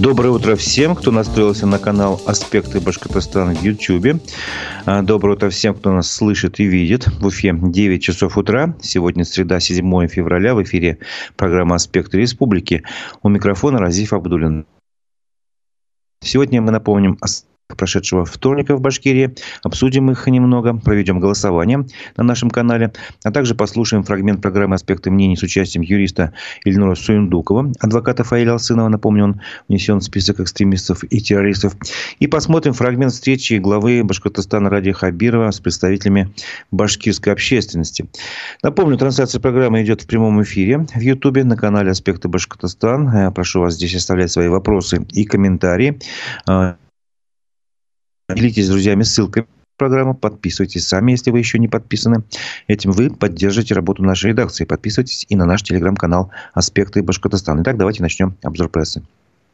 Доброе утро всем, кто настроился на канал «Аспекты Башкортостана» в YouTube. Доброе утро всем, кто нас слышит и видит. В Уфе 9 часов утра. Сегодня среда, 7 февраля. В эфире программа «Аспекты Республики». У микрофона Разиф Абдуллин. Сегодня мы напомним о прошедшего вторника в Башкирии. Обсудим их немного, проведем голосование на нашем канале, а также послушаем фрагмент программы «Аспекты мнений» с участием юриста Ильнура Суюндукова, адвоката Фаиля Алсынова. Напомню, он внесен в список экстремистов и террористов. И посмотрим фрагмент встречи главы Башкортостана Радия Хабирова с представителями башкирской общественности. Напомню, трансляция программы идет в прямом эфире в Ютубе на канале «Аспекты Башкортостан». Прошу вас здесь оставлять свои вопросы и комментарии. Делитесь с друзьями ссылкой в программу, подписывайтесь сами, если вы еще не подписаны. Этим вы поддержите работу нашей редакции. Подписывайтесь и на наш телеграм-канал «Аспекты Башкортостана». Итак, давайте начнем обзор прессы.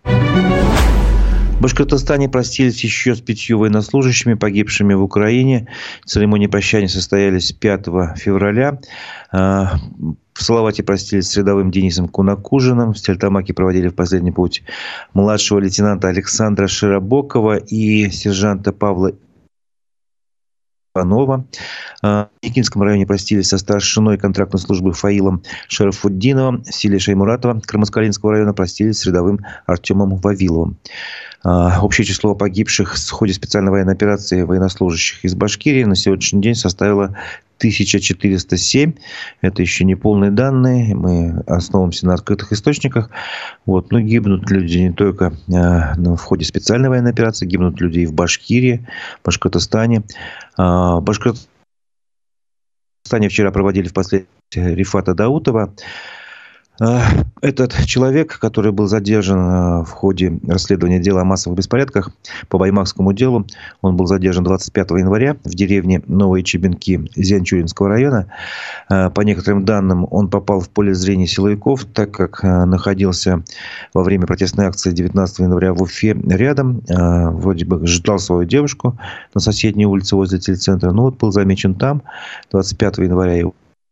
В Башкортостане простились еще с 5 военнослужащими, погибшими в Украине. Церемонии прощания состоялись 5 февраля. В Салавате простились с рядовым Денисом Кунакужиным. В Стерлитамаке проводили в последний путь младшего лейтенанта Александра Широбокова и сержанта Павла Иванова. В Якинском районе простились со старшиной контрактной службы Фаилом Шарафуддиновым. В селе Шаймуратова Кармаскалинского района простились с рядовым Артемом Вавиловым. Общее число погибших в ходе специальной военной операции военнослужащих из Башкирии на сегодняшний день составило 1407. Это еще не полные данные. Мы основываемся на открытых источниках. Но гибнут люди не только в ходе специальной военной операции, гибнут люди и в Башкирии, в Башкортостане. В Башкортостане вчера проводили в последний Рифата Даутова. Этот человек, который был задержан в ходе расследования дела о массовых беспорядках по Баймакскому делу, он был задержан 25 января в деревне Новые Чебенки Зианчуринского района. По некоторым данным, он попал в поле зрения силовиков, так как находился во время протестной акции 19 января в Уфе рядом. Вроде бы ждал свою девушку на соседней улице возле телецентра. Был замечен там. 25 января его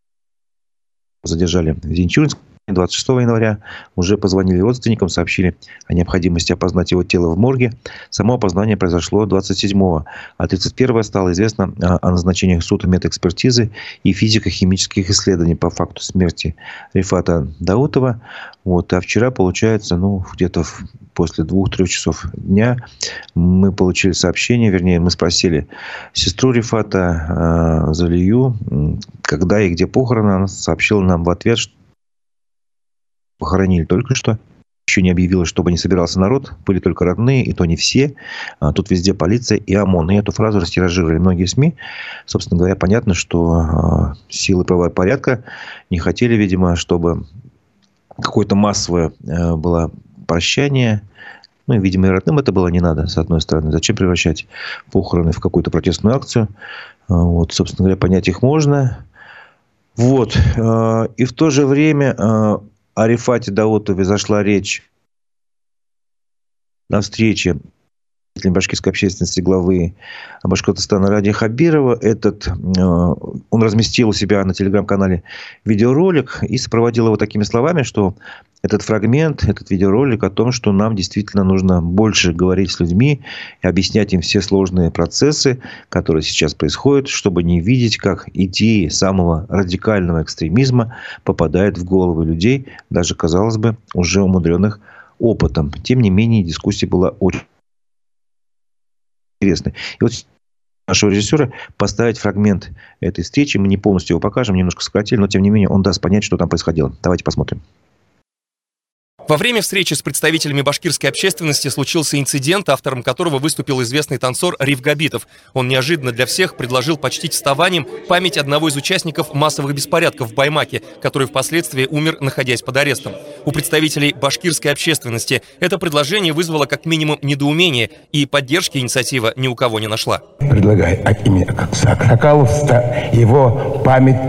задержали в Зианчуринском. 26 января уже позвонили родственникам, сообщили о необходимости опознать его тело в морге. Само опознание произошло 27-го. А 31-го стало известно о назначениях судмедэкспертизы и физико-химических исследований по факту смерти Рифата Даутова. А вчера, получается, где-то после 2-3 часов дня мы получили сообщение, вернее, мы спросили сестру Рифата, Залию, когда и где похороны. Она сообщила нам в ответ, что похоронили только что. Еще не объявилось, чтобы не собирался народ. Были только родные, и то не все. Тут везде полиция и ОМОН. И эту фразу растиражировали многие СМИ. Собственно говоря, понятно, что силы правового порядка не хотели, видимо, чтобы какое-то массовое было прощание. И, видимо, и родным это было не надо, с одной стороны. Зачем превращать похороны в какую-то протестную акцию? Собственно говоря, понять их можно. И в то же время о Рифате Даутове зашла речь на встрече башкирской общественности главы Башкортостана Радия Хабирова. Он разместил у себя на телеграм-канале видеоролик и сопроводил его такими словами, что этот видеоролик о том, что нам действительно нужно больше говорить с людьми и объяснять им все сложные процессы, которые сейчас происходят, чтобы не видеть, как идеи самого радикального экстремизма попадают в головы людей, даже, казалось бы, уже умудренных опытом. Тем не менее, дискуссия была очень интересной. И нашего режиссера поставить фрагмент этой встречи. Мы не полностью его покажем, немножко сократили, но тем не менее он даст понять, что там происходило. Давайте посмотрим. Во время встречи с представителями башкирской общественности случился инцидент, автором которого выступил известный танцор Риф Габитов. Он неожиданно для всех предложил почтить вставанием память одного из участников массовых беспорядков в Баймаке, который впоследствии умер, находясь под арестом. У представителей башкирской общественности это предложение вызвало как минимум недоумение, и поддержки инициатива ни у кого не нашла. Предлагаю от имени Аксакаловства его память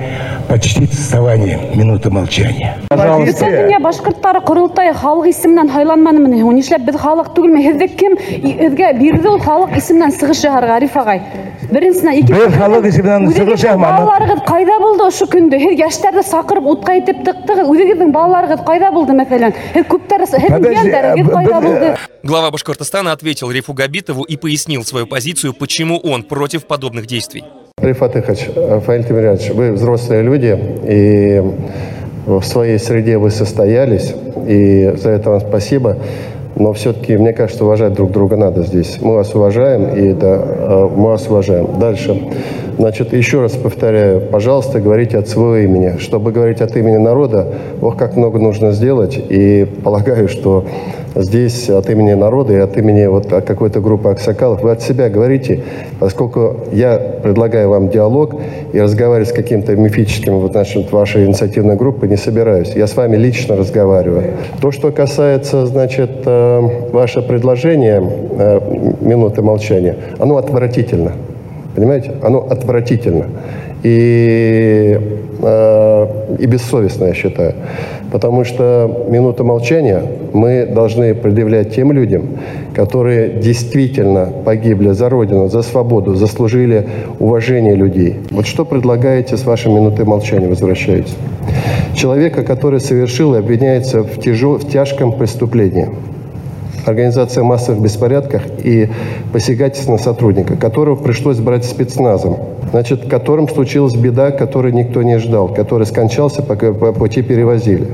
почтить вставание, минута молчания. Пожалуйста. Dünya Башкорттары Курултай халык исеменнән хайланманымы? Нишләп без халык түгелме? Һездә кем изгә бирде ул халык исеменнән сыгыш шәһәргә Ариф агай? Беренчесенә ике. Без халык исеменнән сыгыш шәһәргә. Балаларыгыз кайда булды ошо көндә? Һез яшьләрне сакырып утка итеп тыктыгыз. Үзегезнең балаларыгыз кайда булды мәсәлән? Һез күптәр кайда булды? Глава Башкортостана ответил Рифу Габитову и пояснил свою позицию, почему он против подобных действий. Рифат Ихач, Фаиль Тимирянович, вы взрослые люди, и в своей среде вы состоялись, и за это вам спасибо. Но все-таки, мне кажется, уважать друг друга надо здесь. Мы вас уважаем, и да, мы вас уважаем. Дальше. Значит, еще раз повторяю, пожалуйста, говорите от своего имени. Чтобы говорить от имени народа, ох, как много нужно сделать. И полагаю, что здесь от имени народа и от имени вот какой-то группы аксакалов вы от себя говорите, поскольку я предлагаю вам диалог и разговаривать с каким-то мифическим вот вашей инициативной группой не собираюсь. Я с вами лично разговариваю. То, что касается, значит, ваше предложение минуты молчания, оно отвратительно. Понимаете? Оно отвратительно. И бессовестно, я считаю. Потому что минуту молчания мы должны предъявлять тем людям, которые действительно погибли за Родину, за свободу, заслужили уважение людей. Вот что предлагаете с вашей минутой молчания, возвращаясь? Человека, который совершил и обвиняется в тяжком преступлении. Организация массовых беспорядков и посягательств на сотрудника, которого пришлось брать спецназом, значит, которым случилась беда, которой никто не ждал, который скончался, пока по пути перевозили.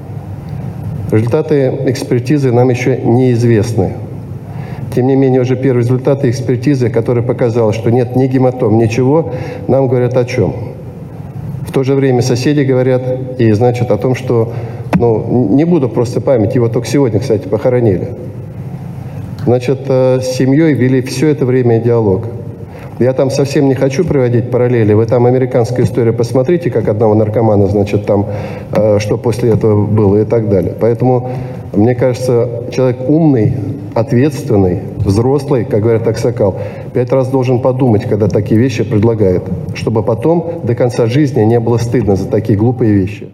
Результаты экспертизы нам еще неизвестны. Тем не менее, уже первые результаты экспертизы, которые показали, что нет ни гематом, ничего, нам говорят о чем? В то же время соседи говорят, и значит, о том, что, не буду просто память, его только сегодня, кстати, похоронили. Значит, с семьей вели все это время диалог. Я там совсем не хочу проводить параллели. Вы там американскую историю посмотрите, как одного наркомана, значит, там, что после этого было и так далее. Поэтому, мне кажется, человек умный, ответственный, взрослый, как говорят аксакал, 5 раз должен подумать, когда такие вещи предлагает, чтобы потом до конца жизни не было стыдно за такие глупые вещи.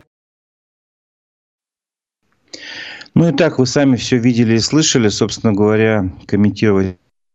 Ну и так, вы сами все видели и слышали, собственно говоря, комментировать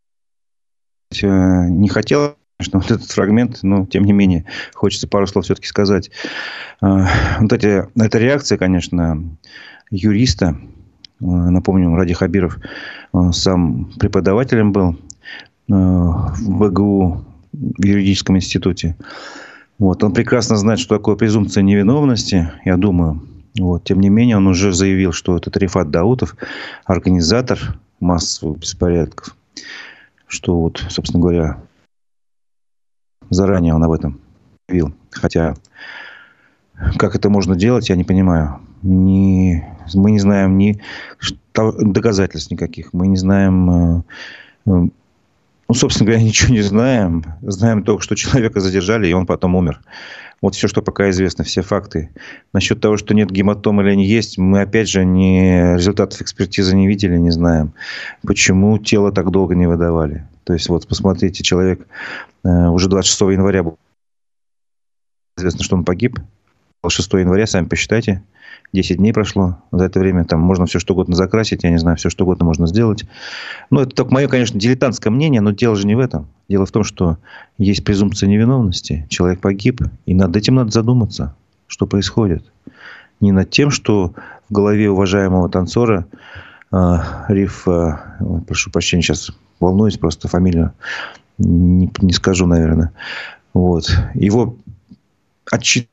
не хотел, конечно, вот этот фрагмент, но тем не менее хочется пару слов все-таки сказать. Вот эта реакция, конечно, юриста, напомню, Ради Хабиров сам преподавателем был в БГУ, в юридическом институте. Вот, он прекрасно знает, что такое презумпция невиновности, я думаю. Вот. Тем не менее, он уже заявил, что этот Рифат Даутов организатор массовых беспорядков. Что вот, собственно говоря, заранее он об этом заявил. Хотя, как это можно делать, я не понимаю. Мы не знаем ни доказательств никаких. Мы не знаем... собственно говоря, ничего не знаем. Знаем только, что человека задержали, и он потом умер. Вот все, что пока известно, все факты. Насчет того, что нет гематом или они есть, мы, опять же, результатов экспертизы не видели, не знаем. Почему тело так долго не выдавали. То есть, вот, посмотрите, человек уже 26 января был известно, что он погиб. 6 января, сами посчитайте. 10 дней прошло. За это время там можно все что угодно закрасить, я не знаю, все что угодно можно сделать. Это только мое, конечно, дилетантское мнение, но дело же не в этом. Дело в том, что есть презумпция невиновности. Человек погиб, и над этим надо задуматься, что происходит. Не над тем, что в голове уважаемого танцора Риф, прошу прощения, сейчас волнуюсь, просто фамилию не скажу, наверное. Вот. Его отчитывает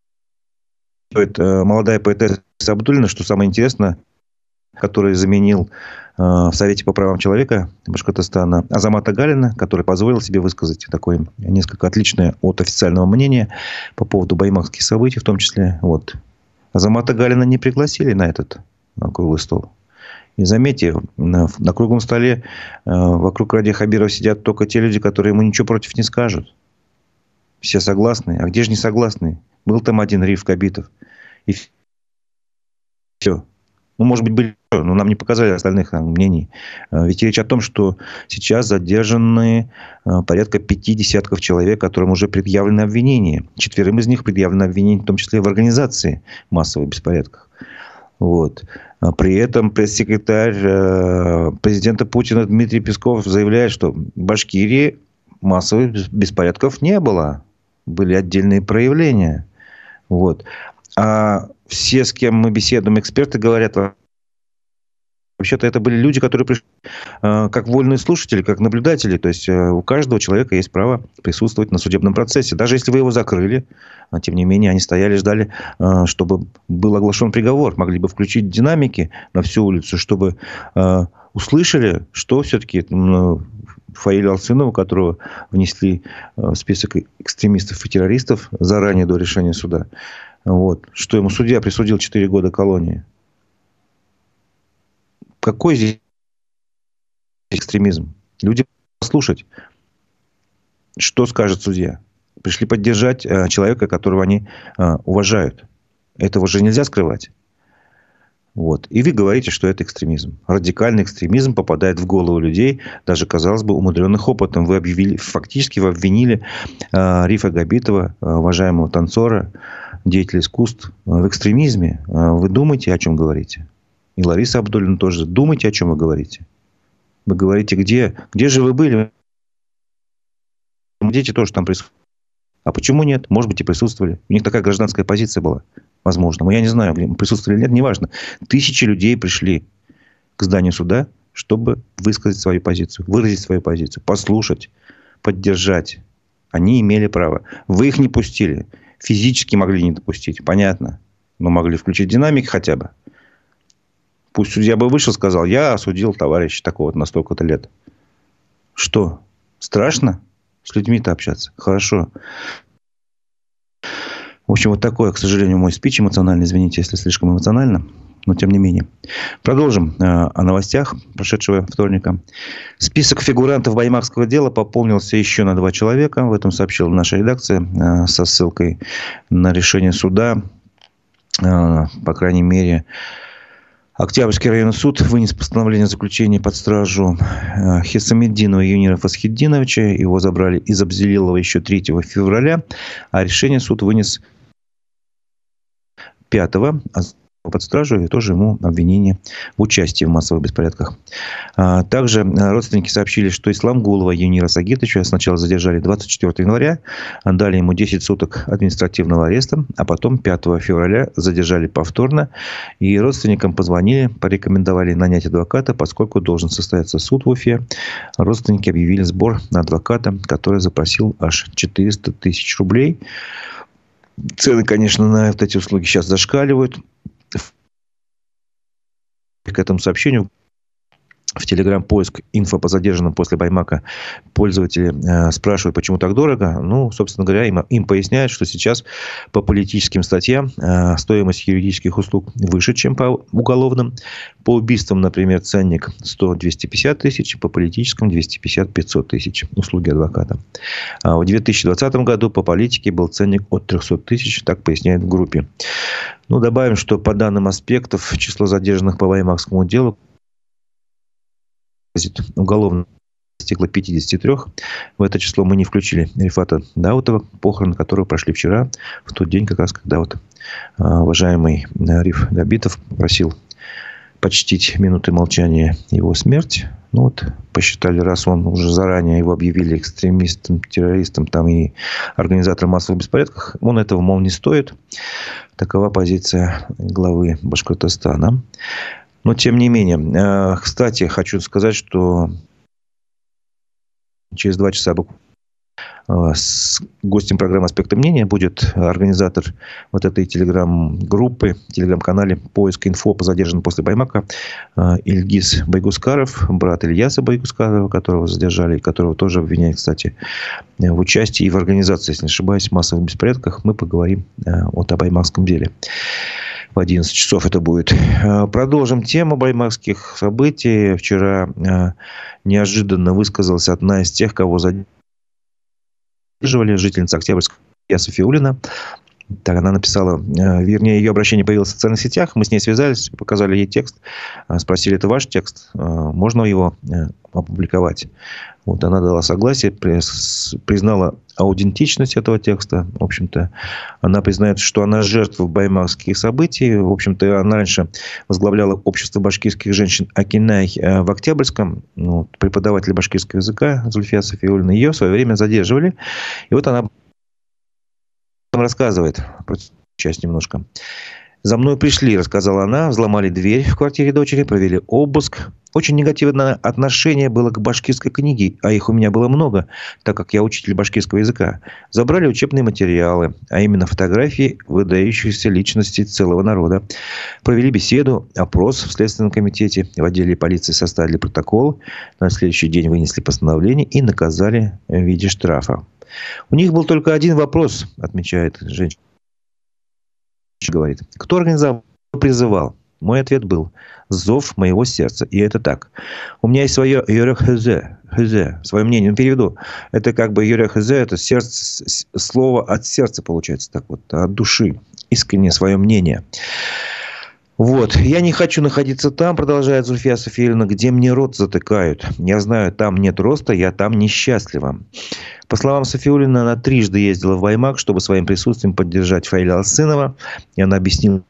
молодая поэтесса Абдуллина, что самое интересное, который заменил в Совете по правам человека Башкортостана Азамата Галина, который позволил себе высказать такое несколько отличное от официального мнения по поводу баймакских событий, в том числе. Вот. Азамата Галина не пригласили на этот круглый стол. И заметьте, на круглом столе вокруг Ради Хабирова сидят только те люди, которые ему ничего против не скажут. Все согласны. А где же не согласны? Был там один Риф Габитов. И все. Ну, может быть, были, но нам не показали остальных там мнений. Ведь речь о том, что сейчас задержаны порядка 5 десятков человек, которым уже предъявлено обвинение. 4 из них предъявлено обвинение, в том числе в организации массовых беспорядков. Вот. При этом пресс-секретарь президента Путина Дмитрий Песков заявляет, что в Башкирии массовых беспорядков не было. Были отдельные проявления. Вот. А все, с кем мы беседуем, эксперты говорят, вообще-то это были люди, которые пришли как вольные слушатели, как наблюдатели. То есть у каждого человека есть право присутствовать на судебном процессе. Даже если вы его закрыли, тем не менее, они стояли, ждали, чтобы был оглашен приговор. Могли бы включить динамики на всю улицу, чтобы услышали, что все-таки Фаилю Алсынову, которого внесли в список экстремистов и террористов заранее до решения суда, вот, что ему судья присудил 4 года колонии. Какой здесь экстремизм? Люди послушать, что скажет судья. Пришли поддержать человека, которого они уважают. Этого же нельзя скрывать. Вот. И вы говорите, что это экстремизм. Радикальный экстремизм попадает в голову людей, даже, казалось бы, умудренных опытом. Вы фактически вы обвинили Рифа Габитова, уважаемого танцора, деятеля искусств, в экстремизме. Вы думаете, о чем говорите? И Лариса Абдуллина тоже. Думайте, о чем вы говорите. Вы говорите, где же вы были? Дети тоже там присутствовали. А почему нет? Может быть, и присутствовали. У них такая гражданская позиция была. Возможно. Я не знаю, присутствовали или нет, неважно. Тысячи людей пришли к зданию суда, чтобы высказать свою позицию, выразить свою позицию, послушать, поддержать. Они имели право. Вы их не пустили. Физически могли не допустить. Понятно. Но могли включить динамик хотя бы. Пусть судья бы вышел и сказал, я осудил товарища такого-то на столько-то лет. Что? Страшно с людьми-то общаться? Хорошо. В общем, вот такое, к сожалению, мой спич эмоциональный. Извините, если слишком эмоционально. Но тем не менее. Продолжим о новостях прошедшего вторника. Список фигурантов баймакского дела пополнился еще на 2 человека. В этом сообщила наша редакция со ссылкой на решение суда. По крайней мере, Октябрьский районный суд вынес постановление о заключении под стражу Хисамиддинова Юнира Фасхетдиновича. Его забрали из Абзелилова еще 3 февраля. А решение суд вынес 5-го под стражу и тоже ему обвинение в участии в массовых беспорядках. Также родственники сообщили, что Исламгулова Юнира Сагитовича сначала задержали 24 января, дали ему 10 суток административного ареста, а потом 5 февраля задержали повторно. И родственникам позвонили, порекомендовали нанять адвоката, поскольку должен состояться суд в Уфе. Родственники объявили сбор на адвоката, который запросил аж 400 тысяч рублей. Цены, конечно, на вот эти услуги сейчас зашкаливают. К этому сообщению в Telegram поиск инфо по задержанным после Баймака пользователи спрашивают, почему так дорого. Ну, собственно говоря, им поясняют, что сейчас по политическим статьям стоимость юридических услуг выше, чем по уголовным. По убийствам, например, ценник 100-250 тысяч, по политическим 250-500 тысяч услуги адвоката. А в 2020 году по политике был ценник от 300 тысяч, так поясняют в группе. Ну, добавим, что по данным аспектов число задержанных по баймакскому делу уголовно достигло 53. В это число мы не включили Рифата Даутова, похороны которого прошли вчера, в тот день, как раз когда вот уважаемый Риф Габитов просил почтить минуты молчания его смерть. Ну вот, посчитали, раз он уже заранее его объявили экстремистом, террористом там, и организатором массовых беспорядков, он этого, мол, не стоит. Такова позиция главы Башкортостана. Но, тем не менее, кстати, хочу сказать, что через 2 часа с гостем программы «Аспекты мнения» будет организатор вот этой телеграм-группы, телеграм-канале «Поиск инфо» по задержанным после Баймака Ильгиз Байгускаров, брат Ильяса Байгускарова, которого задержали, и которого тоже обвиняют, кстати, в участии и в организации, если не ошибаюсь, в массовых беспорядках. Мы поговорим о баймакском деле. В 11 часов это будет. Продолжим тему баймакских событий. Вчера неожиданно высказалась одна из тех, кого задерживали, жительница Октябрьского Софиулина. Так, она написала, вернее, ее обращение появилось в социальных сетях. Мы с ней связались, показали ей текст. Спросили, это ваш текст? Можно его опубликовать? Вот, она дала согласие, признала аутентичность этого текста. В общем-то, она признает, что она жертва баймакских событий. В общем-то, она раньше возглавляла общество башкирских женщин Акинай в Октябрьском. Ну, преподаватель башкирского языка Зульфия Сафиуллина. Ее в свое время задерживали. И вот она рассказывает, часть немножко. «За мной пришли», рассказала она, взломали дверь в квартире дочери, провели обыск. Очень негативное отношение было к башкирской книге, а их у меня было много, так как я учитель башкирского языка. Забрали учебные материалы, а именно фотографии выдающихся личностей целого народа. Провели беседу, опрос в Следственном комитете, в отделе полиции составили протокол, на следующий день вынесли постановление и наказали в виде штрафа. У них был только один вопрос, отмечает женщина. Говорит, кто организовал, призывал? Мой ответ был: зов моего сердца. И это так. У меня есть свое юрехезе, свое мнение. Переведу. Это как бы юрехезе, это сердце, слово от сердца получается так вот, от души. Искреннее свое мнение. Вот. Я не хочу находиться там, продолжает Зульфия Сафиуллина, где мне рот затыкают. Я знаю, там нет роста, я там несчастлива. По словам Сафиуллина, она трижды ездила в Баймак, чтобы своим присутствием поддержать Фаиля Алсынова. И она объяснила,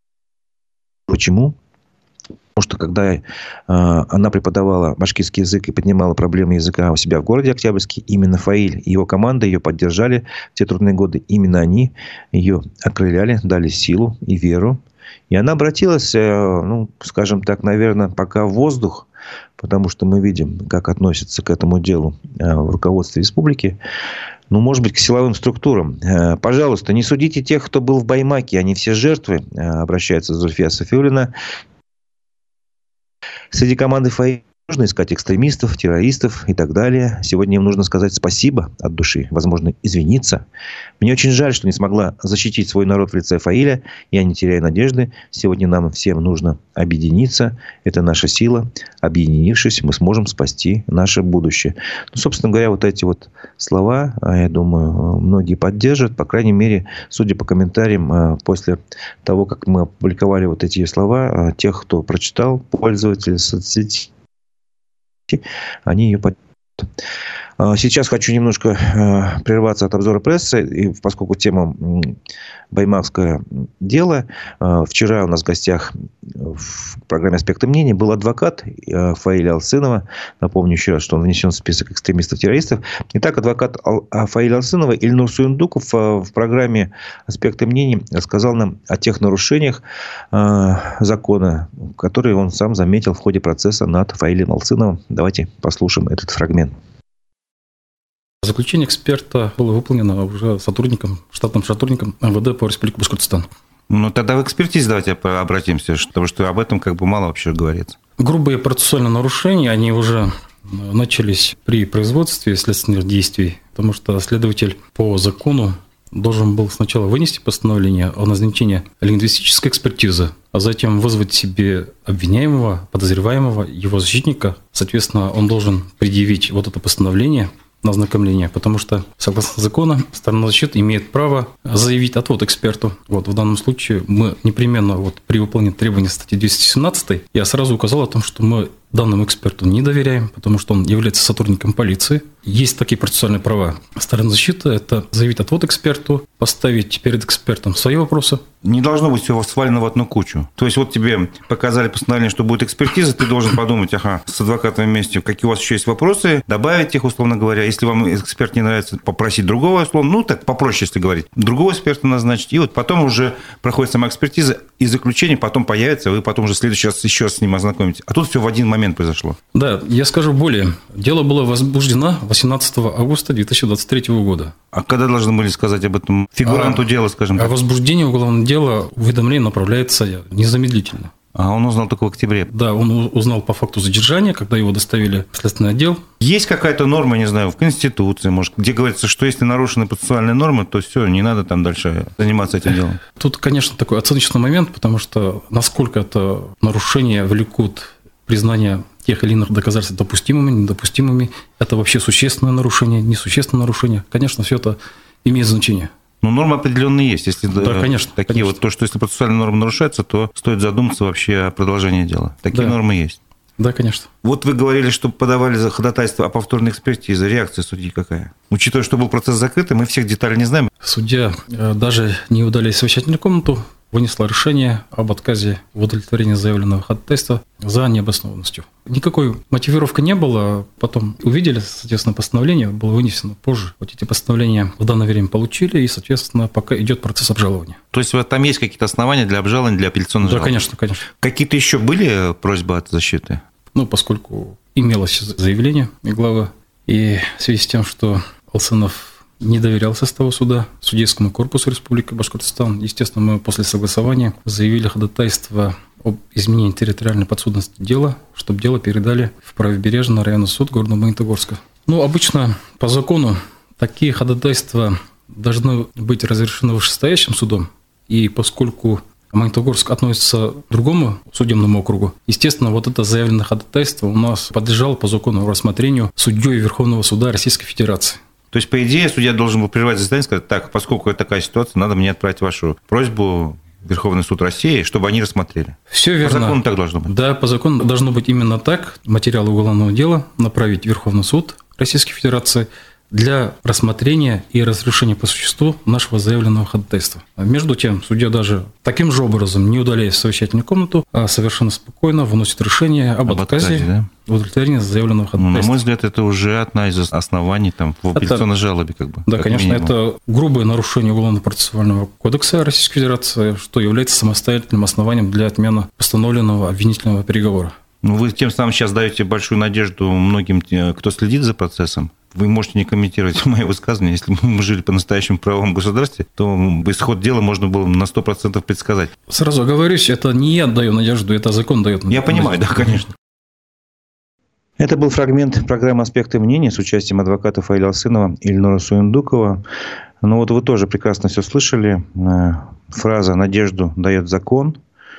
почему. Потому что когда она преподавала башкирский язык и поднимала проблемы языка у себя в городе Октябрьске, именно Фаиль и его команда ее поддержали в те трудные годы. Именно они ее окрыляли, дали силу и веру. И она обратилась, ну, скажем так, наверное, пока в воздух, потому что мы видим, как относятся к этому делу в руководстве республики, ну, может быть, к силовым структурам. Пожалуйста, не судите тех, кто был в Баймаке, они все жертвы, обращается Зульфия Сафиуллина. Среди команды Фаиля нужно искать экстремистов, террористов и так далее. Сегодня им нужно сказать спасибо от души, возможно, извиниться. Мне очень жаль, что не смогла защитить свой народ в лице Фаиля. Я не теряю надежды. Сегодня нам всем нужно объединиться. Это наша сила. Объединившись, мы сможем спасти наше будущее. Ну, собственно говоря, вот эти вот слова, я думаю, многие поддержат. По крайней мере, судя по комментариям, после того, как мы опубликовали вот эти слова, тех, кто прочитал, пользователи соцсетей, они ее поддержат. Сейчас хочу немножко прерваться от обзора прессы, и поскольку тема баймакское дело. Вчера у нас в гостях в программе «Аспекты мнений» был адвокат Фаиля Алсынова. Напомню еще раз, что он внесен в список экстремистов-террористов. Итак, адвокат Фаиля Алсынова Ильнур Суюндуков в программе «Аспекты мнений» рассказал нам о тех нарушениях закона, которые он сам заметил в ходе процесса над Фаилем Алсыновым. Давайте послушаем этот фрагмент. Заключение эксперта было выполнено уже штатным сотрудником МВД по Республике Башкортостан. Ну, тогда в экспертизе давайте обратимся, потому что об этом мало вообще говорится. Грубые процессуальные нарушения, они уже начались при производстве следственных действий, потому что следователь по закону должен был сначала вынести постановление о назначении лингвистической экспертизы, а затем вызвать себе обвиняемого, подозреваемого, его защитника. Соответственно, он должен предъявить вот это постановление на ознакомление, потому что, согласно закону, сторона защиты имеет право заявить отвод эксперту. Вот в данном случае мы непременно при выполнении требований статьи 217 я сразу указал о том, что мы данному эксперту не доверяем, потому что он является сотрудником полиции. Есть такие процессуальные права стороны защиты. Это заявить отвод эксперту, поставить перед экспертом свои вопросы. Не должно быть все свалено в одну кучу. То есть, вот тебе показали постановление, что будет экспертиза, ты должен подумать, с адвокатом вместе, какие у вас еще есть вопросы, добавить их, условно говоря. Если вам эксперт не нравится, попросить другого, условно, так попроще, если говорить, другого эксперта назначить. И вот потом уже проходит сама экспертиза, и заключение потом появится, вы потом уже в следующий раз еще раз с ним ознакомитесь. А тут все в один момент произошло. Да, я скажу более. Дело было возбуждено 18 августа 2023 года. А когда должны были сказать об этом фигуранту дела, скажем так? О возбуждении уголовного дела уведомление направляется незамедлительно. А он узнал только в октябре? Да, он узнал по факту задержания, когда его доставили в следственный отдел. Есть какая-то норма, не знаю, в Конституции, может, где говорится, что если нарушены процессуальные нормы, то все, не надо там дальше заниматься этим делом? Тут, конечно, такой оценочный момент, потому что насколько это нарушения влекут признание тех или иных доказательств допустимыми, недопустимыми, это вообще существенное нарушение, несущественное нарушение. Конечно, все это имеет значение. Ну, нормы определенные есть. Если Да, конечно. Такие конечно. вот, то, что если процессуальные нормы нарушаются, то стоит задуматься вообще о продолжении дела. Такие нормы есть. Да, конечно. Вот вы говорили, что подавали за ходатайство о повторной экспертизе. Реакция судьи какая? Учитывая, что был процесс закрытый, мы всех деталей не знаем. Судья, даже не удаляя совещательную комнату, вынесла решение об отказе в удовлетворении заявленного ходатайства за необоснованностью. Никакой мотивировки не было. Потом увидели, соответственно, постановление было вынесено позже. Вот эти постановления в данное время получили, и, соответственно, пока идет процесс обжалования. То есть там есть какие-то основания для обжалования, для апелляционной жалобы? Да, конечно, конечно. Какие-то еще были просьбы от защиты? Ну, поскольку имелось заявление главы, и в связи с тем, что Алсынов не доверял составу суда, судейскому корпусу Республики Башкортостан, естественно, мы после согласования заявили ходатайство об изменении территориальной подсудности дела, чтобы дело передали в Правобережный районный суд города Магнитогорска. Ну, обычно по закону такие ходатайства должны быть разрешены вышестоящим судом, и поскольку Магнитогорск относится к другому судебному округу, естественно, вот это заявленное ходатайство у нас подлежало по закону рассмотрению судьей Верховного суда Российской Федерации. То есть, по идее, судья должен был прервать заседание и сказать: так, поскольку это такая ситуация, надо мне отправить вашу просьбу в Верховный суд России, чтобы они рассмотрели. Все верно. По закону так должно быть? Да, по закону должно быть именно так. Материалы уголовного дела направить в Верховный суд Российской Федерации для рассмотрения и разрешения по существу нашего заявленного ходатайства. Между тем, судья даже таким же образом, не удаляясь в совещательную комнату, а совершенно спокойно выносит решение об отказе в удовлетворении заявленного ходатайства. На мой взгляд, это уже одна из оснований в апелляционной жалобе. Да, конечно, минимум. Это грубое нарушение Уголовно-процессуального кодекса Российской Федерации, что является самостоятельным основанием для отмены постановленного обвинительного приговора. Вы тем самым сейчас даете большую надежду многим, кто следит за процессом. Вы можете не комментировать мои высказывания. Если мы жили по-настоящему правовом государстве, то исход дела можно было на 100% предсказать. Сразу оговорюсь, это не я даю надежду, это закон дает надежду. Я понимаю, да, конечно. Это был фрагмент программы «Аспекты мнений» с участием адвокатов Аиля Алсынова и Ильнура Суюндукова. Ну вот вы тоже прекрасно все слышали. Фраза «надежду дает закон».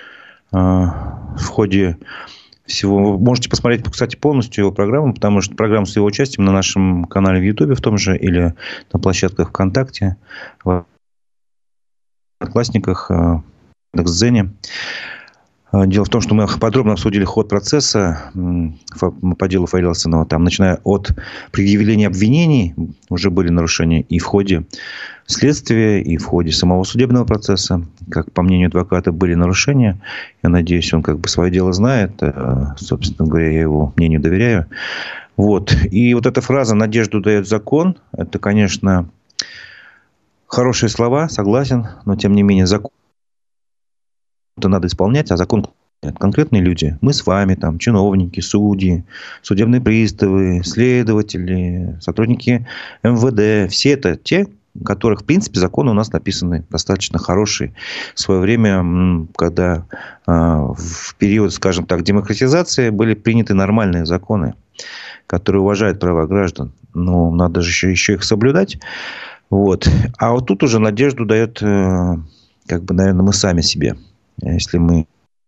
В ходе всего. Вы можете посмотреть, кстати, полностью его программу, потому что программу с его участием на нашем канале в Ютубе в том же или на площадках ВКонтакте, в Одноклассниках, в Яндекс.Дзене. Дело в том, что мы подробно обсудили ход процесса по делу Аиля Алсынова. Там, начиная от предъявления обвинений, уже были нарушения и в ходе следствия, и в ходе самого судебного процесса. Как по мнению адвоката, были нарушения. Я надеюсь, он свое дело знает. Собственно говоря, я его мнению доверяю. Вот. И вот эта фраза «надежду дает закон» – это, конечно, хорошие слова, согласен, но тем не менее закон это надо исполнять, а закон конкретные люди. Мы с вами, чиновники, судьи, судебные приставы, следователи, сотрудники МВД. Все это те, у которых, в принципе, законы у нас написаны достаточно хорошие. В свое время, когда в период, скажем так, демократизации были приняты нормальные законы, которые уважают права граждан. Но надо же еще их соблюдать. Вот. А вот тут уже надежду дает, наверное, мы сами себе. Если мы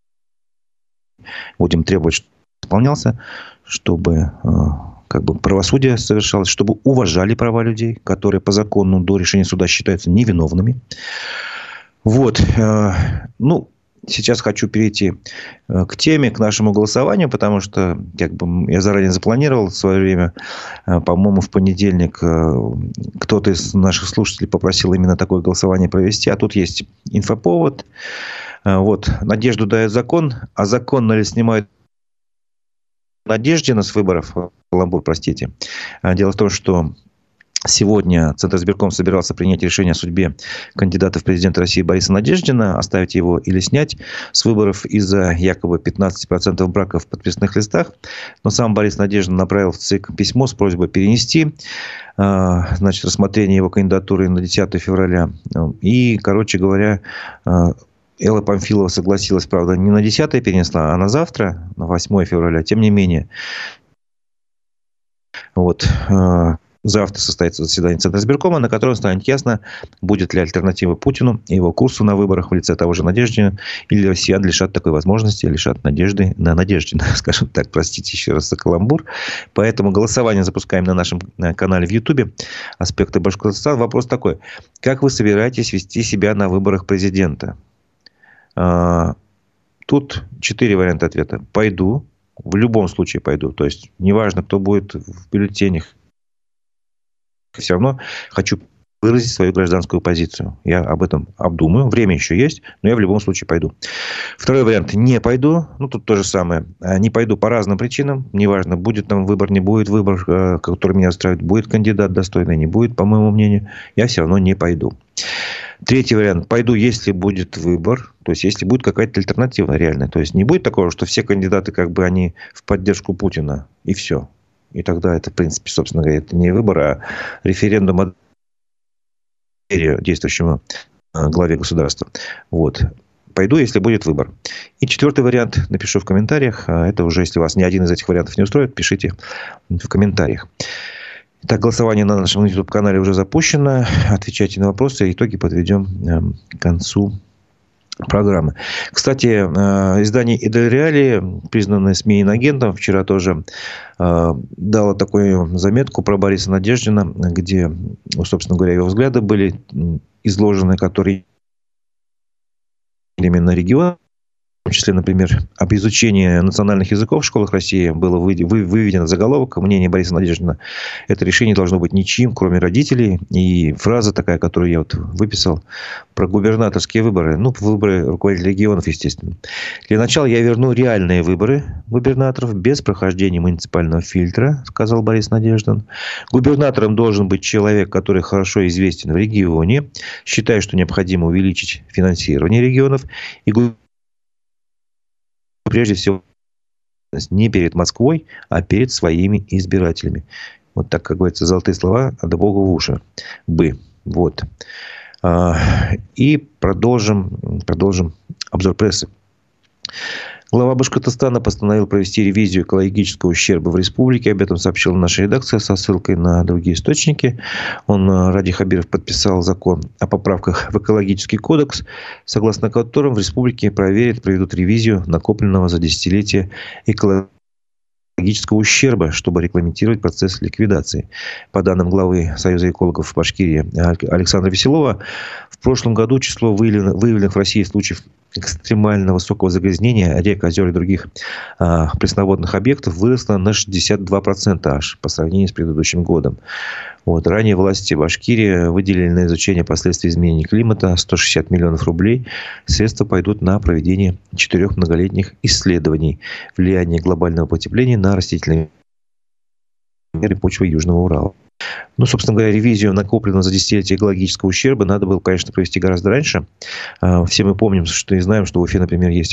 будем требовать, чтобы исполнялся, чтобы правосудие совершалось, чтобы уважали права людей, которые по закону до решения суда считаются невиновными. Вот. Сейчас хочу перейти к теме, к нашему голосованию, потому что я заранее запланировал в свое время, по-моему, в понедельник кто-то из наших слушателей попросил именно такое голосование провести, а тут есть инфоповод. Вот, надежду дает закон, а законно ли снимают Надеждина с выборов, каламбур, простите. Дело в том, что сегодня Центр избирком собирался принять решение о судьбе кандидата в президенты России Бориса Надеждина, оставить его или снять с выборов из-за якобы 15% браков в подписных листах. Но сам Борис Надеждин направил в ЦИК письмо с просьбой перенести рассмотрение его кандидатуры на 10 февраля. И, короче говоря, Элла Памфилова согласилась, правда, не на 10 перенесла, а на завтра, на 8 февраля. Тем не менее, вот, Завтра состоится заседание Центризбиркома, на котором станет ясно, будет ли альтернатива Путину и его курсу на выборах в лице того же Надеждина, или россиян лишат такой возможности, лишат надежды на Надеждина, скажем так, простите еще раз за каламбур. Поэтому голосование запускаем на нашем канале в Ютубе. Аспекты Башкортостана. Вопрос такой. Как вы собираетесь вести себя на выборах президента? Тут 4 варианта ответа. Пойду. В любом случае пойду. То есть, неважно, кто будет в бюллетенях. Все равно хочу выразить свою гражданскую позицию. Я об этом обдумаю. Время еще есть, но я в любом случае пойду. Второй вариант. Не пойду. Тут то же самое. Не пойду по разным причинам. Неважно, будет там выбор, не будет выбор, который меня устраивает. Будет кандидат достойный, не будет, по моему мнению. Я все равно не пойду. Третий вариант. Пойду, если будет выбор. То есть, если будет какая-то альтернатива реальная. То есть, не будет такого, что все кандидаты, они в поддержку Путина. И все. И тогда это, в принципе, собственно говоря, это не выбор, а референдум о действующему главе государства. Вот. Пойду, если будет выбор. И четвертый вариант напишу в комментариях. Это уже, если вас ни один из этих вариантов не устроит, пишите в комментариях. Итак, голосование на нашем YouTube-канале уже запущено. Отвечайте на вопросы. Итоги подведем к концу программы. Кстати, издание «Идель Реали», признанное СМИ иноагентом, вчера тоже дало такую заметку про Бориса Надеждина, где, собственно говоря, его взгляды были изложены, которые именно регион. В том числе, например, об изучении национальных языков в школах России было выведено заголовок мнение Бориса Надеждина. Это решение должно быть ничьим, кроме родителей. И фраза такая, которую я выписал, про губернаторские выборы. Выборы руководителей регионов, естественно. Для начала я верну реальные выборы губернаторов без прохождения муниципального фильтра, сказал Борис Надеждин. Губернатором должен быть человек, который хорошо известен в регионе. Считаю, что необходимо увеличить финансирование регионов. И прежде всего, не перед Москвой, а перед своими избирателями. Вот так, как говорится, золотые слова, а да Богу в уши. Вот. И продолжим обзор прессы. Глава Башкортостана постановил провести ревизию экологического ущерба в республике. Об этом сообщила наша редакция со ссылкой на другие источники. Ради Хабиров подписал закон о поправках в экологический кодекс, согласно которым в республике проведут ревизию накопленного за десятилетия экологического ущерба, чтобы регламентировать процесс ликвидации. По данным главы Союза экологов Башкирии Александра Веселова, в прошлом году число выявленных в России случаев экстремально высокого загрязнения рек, озер и других пресноводных объектов выросло на 62% аж по сравнению с предыдущим годом. Ранее власти Башкирии выделили на изучение последствий изменений климата 160 миллионов рублей. Средства пойдут на проведение 4 многолетних исследований влияния глобального потепления на растительные миры почвы Южного Урала. Собственно говоря, ревизию накопленного за десятилетие экологического ущерба надо было, конечно, провести гораздо раньше. Все мы помним, что и знаем, что в Уфе, например, есть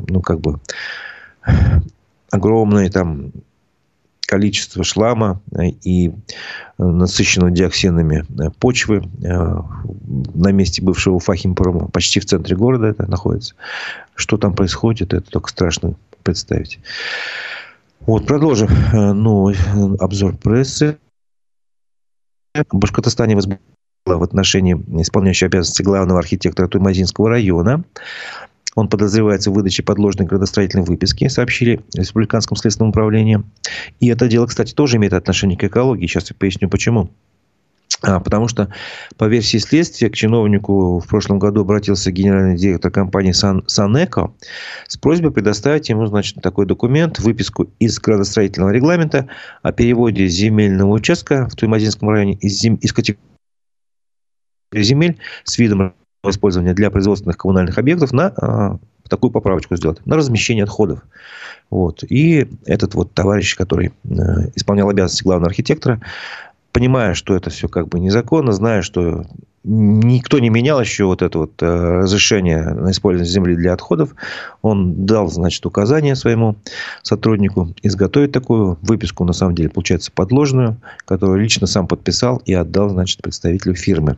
огромное количество шлама и насыщенного диоксинами почвы на месте бывшего Уфахимпрома, почти в центре города это находится. Что там происходит, это только страшно представить. Продолжим новый обзор прессы. В Башкортостане возбудила в отношении исполняющего обязанности главного архитектора Туймазинского района. Он подозревается в выдаче подложной градостроительной выписки, сообщили в Республиканском следственном управлении. И это дело, кстати, тоже имеет отношение к экологии. Сейчас я поясню, почему. Потому что, по версии следствия, к чиновнику в прошлом году обратился генеральный директор компании «Санэко» с просьбой предоставить ему, такой документ, выписку из градостроительного регламента о переводе земельного участка в Туймазинском районе из категории земель с видом использования для производственных коммунальных объектов на такую поправочку сделать, на размещение отходов. И этот товарищ, который исполнял обязанности главного архитектора, понимая, что это все незаконно, зная, что никто не менял еще это разрешение на использование земли для отходов, он дал, указание своему сотруднику изготовить такую выписку, на самом деле, получается, подложную, которую лично сам подписал и отдал, представителю фирмы.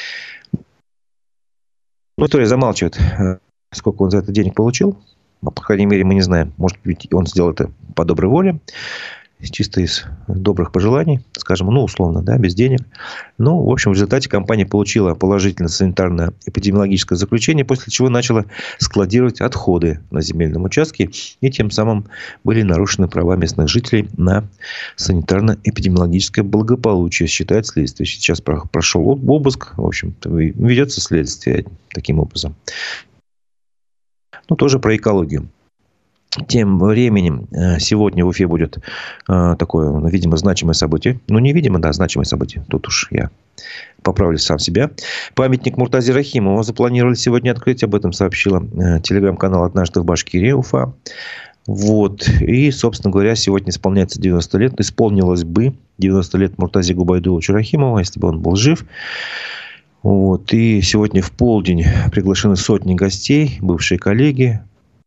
История замалчивает, сколько он за это денег получил. По крайней мере, мы не знаем. Может быть, он сделал это по доброй воле. чисто из добрых пожеланий, скажем, условно, да, без денег. В общем, в результате компания получила положительное санитарно-эпидемиологическое заключение, после чего начала складировать отходы на земельном участке, и тем самым были нарушены права местных жителей на санитарно-эпидемиологическое благополучие, считает следствие. Сейчас прошел обыск, в общем-то, ведется следствие таким образом. Тоже про экологию. Тем временем сегодня в Уфе будет такое, видимо, значимое событие. Невидимо, да, значимое событие. Тут уж я поправлю сам себя. Памятник Муртазе Рахимову запланировали сегодня открыть. Об этом сообщила телеграм-канал «Однажды в Башкирии» Уфа. И, собственно говоря, сегодня исполняется 90 лет. Исполнилось бы 90 лет Муртазе Губайдуловичу Рахимову, если бы он был жив. И сегодня в полдень приглашены сотни гостей, бывшие коллеги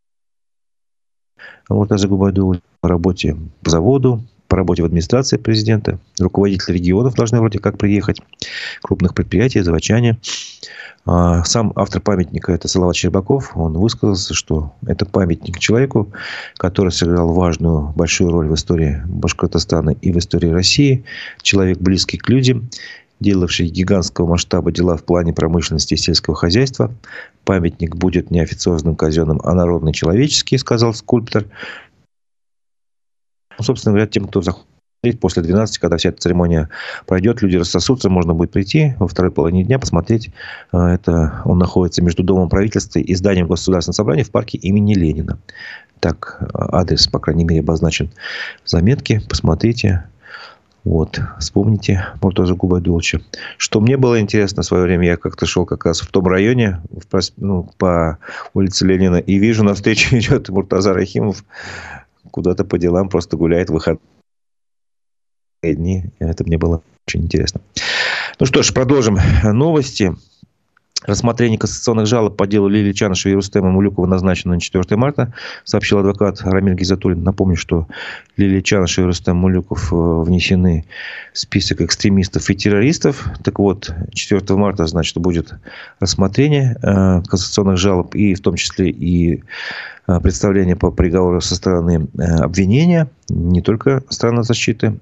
Муртазы Губайдуловича по работе по заводу, по работе в администрации президента. Руководители регионов должны вроде как приехать, крупных предприятий, заводчане. Сам автор памятника, это Салават Щербаков, он высказался, что это памятник человеку, который сыграл важную, большую роль в истории Башкортостана и в истории России. Человек, близкий к людям, делавший гигантского масштаба дела в плане промышленности и сельского хозяйства. Памятник будет не официозным, казенным, а народный, человеческий, сказал скульптор. Собственно говоря, тем, кто заходит после 12, когда вся эта церемония пройдет, люди рассосутся, можно будет прийти во второй половине дня, посмотреть. Он находится между Домом правительства и зданием Государственного собрания в парке имени Ленина. Так, адрес, по крайней мере, обозначен в заметке. Посмотрите. Вспомните Муртазу Губайдуловича. Что мне было интересно в свое время, я как-то шел как раз в том районе, по улице Ленина, и вижу, навстречу идет Муртаза Рахимов, куда-то по делам, просто гуляет в выходные дни. Это мне было очень интересно. Что ж, продолжим новости. Рассмотрение кассационных жалоб по делу Лилии Чанышевой и Рустема Мулюкова назначено на 4 марта, сообщил адвокат Рамиль Гизатуллин. Напомню, что Лилия Чанышева и Рустем Мулюков внесены в список экстремистов и террористов. Так вот, 4 марта, будет рассмотрение кассационных жалоб, и в том числе и представление по приговору со стороны обвинения, не только сторона защиты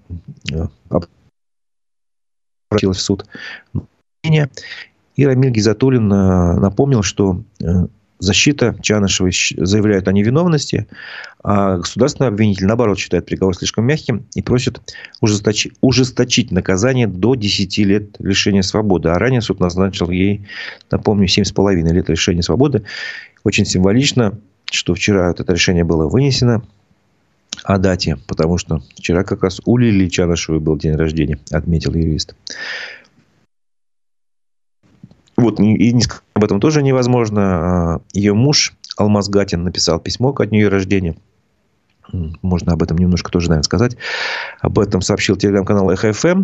обратилась в суд. И Рамиль Гизатуллин напомнил, что защита Чанышевой заявляет о невиновности, а государственный обвинитель, наоборот, считает приговор слишком мягким и просит ужесточить наказание до 10 лет лишения свободы. А ранее суд назначил ей, напомню, 7,5 лет лишения свободы. Очень символично, что вчера это решение было вынесено о дате, потому что вчера как раз у Лилии Чанышевой был день рождения, отметил юрист. И не сказать об этом тоже невозможно. Ее муж Алмаз Гатин написал письмо ко дню ее рождения. Можно об этом немножко тоже, наверное, сказать. Об этом сообщил телеграм-канал Эхо ФМ.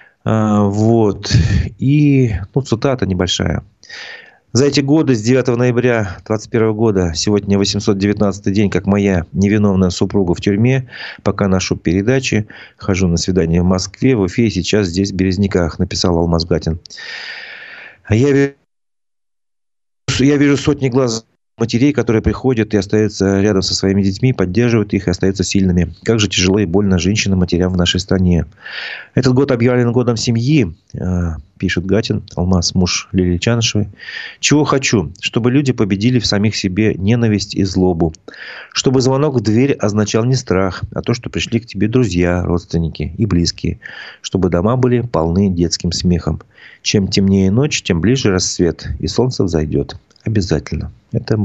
И цитата небольшая. За эти годы, с 9 ноября 2021 года, сегодня 819-й день, как моя невиновная супруга в тюрьме, пока ношу передачи, хожу на свидание в Москве, в Уфе и сейчас здесь, в Березниках, написал Алмаз Гатин. Я вижу сотни глаз матерей, которые приходят и остаются рядом со своими детьми, поддерживают их и остаются сильными. Как же тяжело и больно женщинам, матерям в нашей стране. Этот год объявлен годом семьи, пишет Гатин, Алмаз, муж Лилии Чанышевой. Чего хочу? Чтобы люди победили в самих себе ненависть и злобу. Чтобы звонок в дверь означал не страх, а то, что пришли к тебе друзья, родственники и близкие. Чтобы дома были полны детским смехом. Чем темнее ночь, тем ближе рассвет, и солнце взойдет. Обязательно. Это